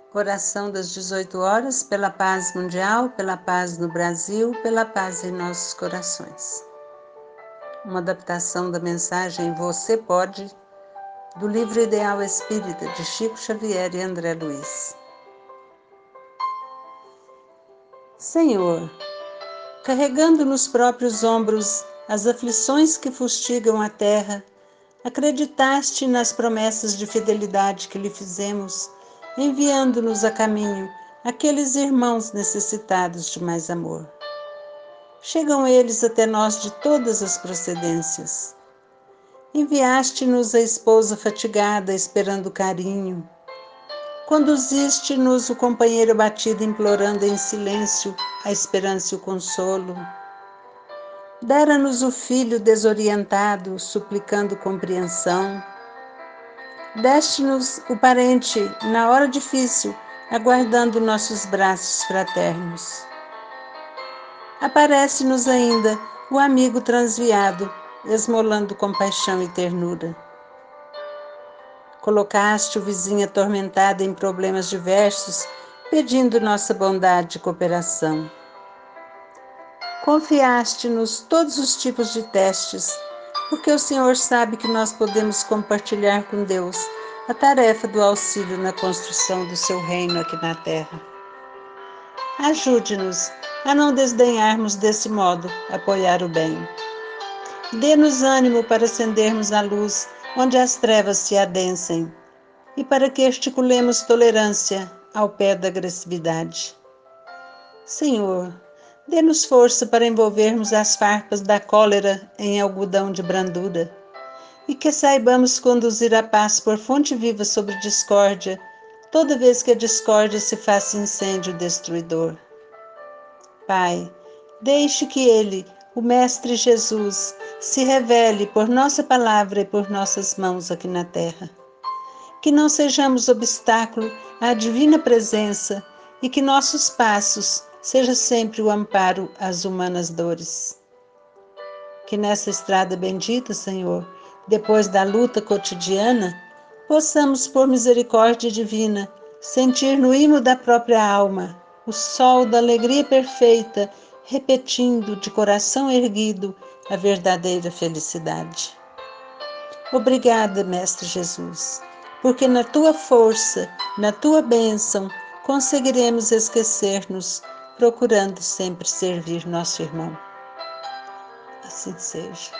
Oração das 18 horas, pela paz mundial, pela paz no Brasil, pela paz em nossos corações. Uma adaptação da mensagem Você Pode, do livro Ideal Espírita, de Chico Xavier e André Luiz. Senhor, carregando nos próprios ombros as aflições que fustigam a terra, acreditaste nas promessas de fidelidade que lhe fizemos, enviando-nos a caminho aqueles irmãos necessitados de mais amor. Chegam eles até nós de todas as procedências. Enviaste-nos a esposa fatigada, esperando carinho. Conduziste-nos o companheiro abatido, implorando em silêncio a esperança e o consolo. Dera-nos o filho desorientado, suplicando compreensão. Deste-nos o parente na hora difícil, aguardando nossos braços fraternos. Aparece-nos ainda o amigo transviado, esmolando compaixão e ternura. Colocaste o vizinho atormentado em problemas diversos, pedindo nossa bondade e cooperação. Confiaste-nos todos os tipos de testes, porque o Senhor sabe que nós podemos compartilhar com Deus a tarefa do auxílio na construção do seu reino aqui na terra. Ajude-nos a não desdenharmos desse modo apoiar o bem. Dê-nos ânimo para acendermos a luz onde as trevas se adensem e para que articulemos tolerância ao pé da agressividade. Senhor, dê-nos força para envolvermos as farpas da cólera em algodão de brandura e que saibamos conduzir a paz por fonte viva sobre discórdia, toda vez que a discórdia se faça incêndio destruidor. Pai, deixe que Ele, o Mestre Jesus, se revele por nossa palavra e por nossas mãos aqui na terra. Que não sejamos obstáculo à divina presença e que nossos passos seja sempre o amparo às humanas dores. Que nessa estrada bendita, Senhor, depois da luta cotidiana, possamos, por misericórdia divina, sentir no imo da própria alma o sol da alegria perfeita, repetindo de coração erguido a verdadeira felicidade. Obrigada, Mestre Jesus, porque na tua força, na tua bênção, conseguiremos esquecer-nos, procurando sempre servir nosso irmão. Assim seja.